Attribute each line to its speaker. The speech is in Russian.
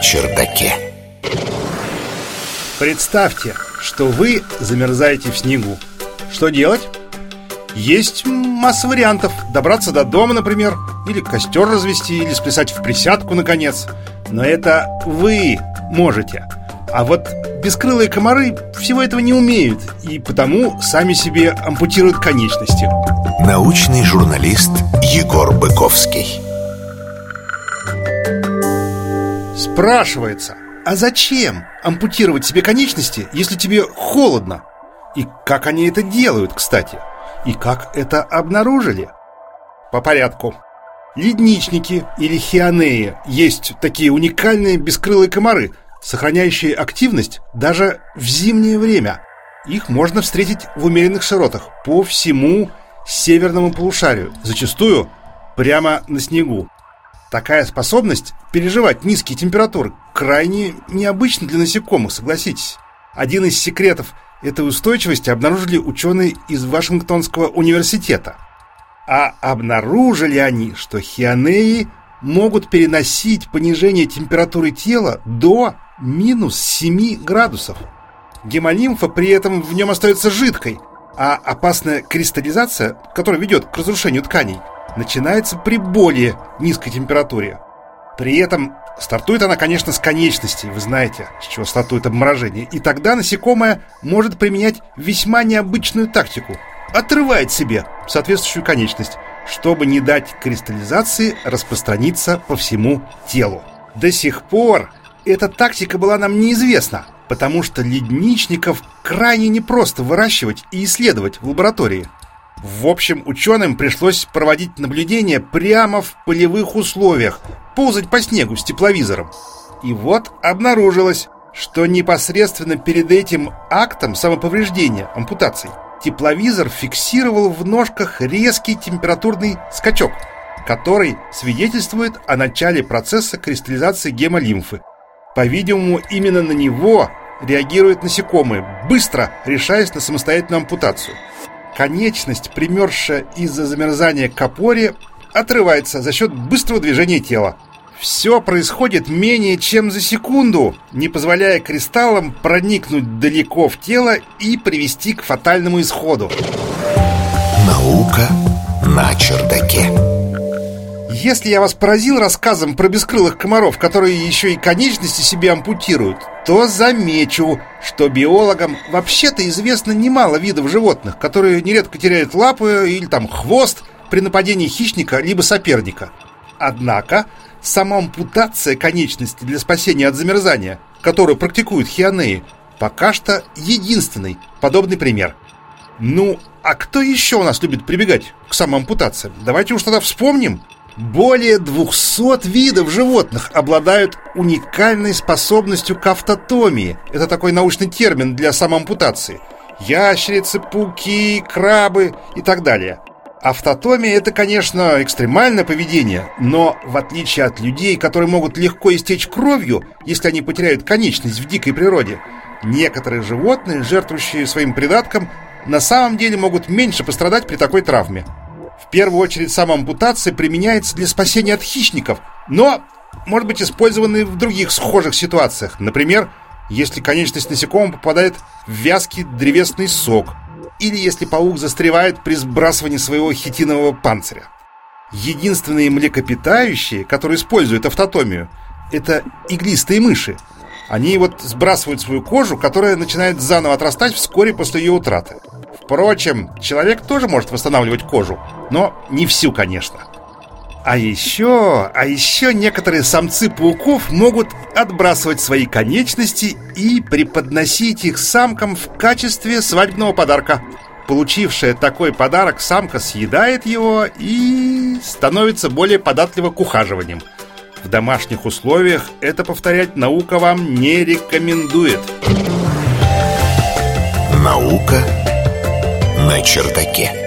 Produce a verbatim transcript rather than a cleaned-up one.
Speaker 1: чердаке.
Speaker 2: Представьте, что вы замерзаете в снегу. Что делать? Есть масса вариантов. Добраться до дома, например, или костер развести, или сплясать в присядку, наконец. Но это вы можете. А вот бескрылые комары всего этого не умеют, и потому сами себе ампутируют конечности.
Speaker 1: Научный журналист Егор Быковский.
Speaker 2: Спрашивается, а зачем ампутировать себе конечности, если тебе холодно? И как они это делают, кстати? И как это обнаружили? По порядку. Ледничники или хионеи есть такие уникальные бескрылые комары, сохраняющие активность даже в зимнее время. Их можно встретить в умеренных широтах по всему северному полушарию, зачастую прямо на снегу. Такая способность переживать низкие температуры крайне необычна для насекомых, согласитесь. Один из секретов этой устойчивости обнаружили ученые из Вашингтонского университета. А обнаружили они, что хионеи могут переносить понижение температуры тела до минус семи градусов. Гемолимфа при этом в нем остается жидкой, а опасная кристаллизация, которая ведет к разрушению тканей, начинается при более низкой температуре. При этом стартует она, конечно, с конечностей. Вы знаете, с чего стартует обморожение. И тогда насекомое может применять весьма необычную тактику. Отрывает себе соответствующую конечность, чтобы не дать кристаллизации распространиться по всему телу. До сих пор эта тактика была нам неизвестна, потому что ледничников крайне непросто выращивать и исследовать в лаборатории. В общем, ученым пришлось проводить наблюдения прямо в полевых условиях, ползать по снегу с тепловизором. И вот обнаружилось, что непосредственно перед этим актом самоповреждения, ампутаций, тепловизор фиксировал в ножках резкий температурный скачок, который свидетельствует о начале процесса кристаллизации гемолимфы. По-видимому, именно на него реагируют насекомые, быстро решаясь на самостоятельную ампутацию. Конечность, примерзшая из-за замерзания к опоре, отрывается за счет быстрого движения тела. Все происходит менее чем за секунду, не позволяя кристаллам проникнуть далеко в тело и привести к фатальному исходу.
Speaker 1: Наука на чердаке.
Speaker 2: Если я вас поразил рассказом про бескрылых комаров, которые еще и конечности себе ампутируют, то замечу, что биологам вообще-то известно немало видов животных, которые нередко теряют лапы или там хвост при нападении хищника либо соперника. Однако сама ампутация конечности для спасения от замерзания, которую практикуют хионеи, пока что единственный подобный пример. Ну, а кто еще у нас любит прибегать к самоампутациям? Давайте уж тогда вспомним. Более двухсот видов животных обладают уникальной способностью к автотомии. Это такой научный термин для самоампутации. Ящерицы, пауки, крабы и так далее. Автотомия – это, конечно, экстремальное поведение, но в отличие от людей, которые могут легко истечь кровью, если они потеряют конечность в дикой природе, некоторые животные, жертвующие своим придатком, на самом деле могут меньше пострадать при такой травме. В первую очередь самоампутация применяется для спасения от хищников, но может быть использована в других схожих ситуациях. Например, если конечность насекомого попадает в вязкий древесный сок, или если паук застревает при сбрасывании своего хитинового панциря. Единственные млекопитающие, которые используют автотомию, это иглистые мыши. Они вот сбрасывают свою кожу, которая начинает заново отрастать вскоре после ее утраты. Впрочем, человек тоже может восстанавливать кожу, но не всю, конечно. А еще, а еще некоторые самцы пауков могут отбрасывать свои конечности и преподносить их самкам в качестве свадебного подарка. Получившая такой подарок самка съедает его и становится более податлива к ухаживаниям. В домашних условиях это повторять наука вам не рекомендует.
Speaker 1: Наука на чердаке.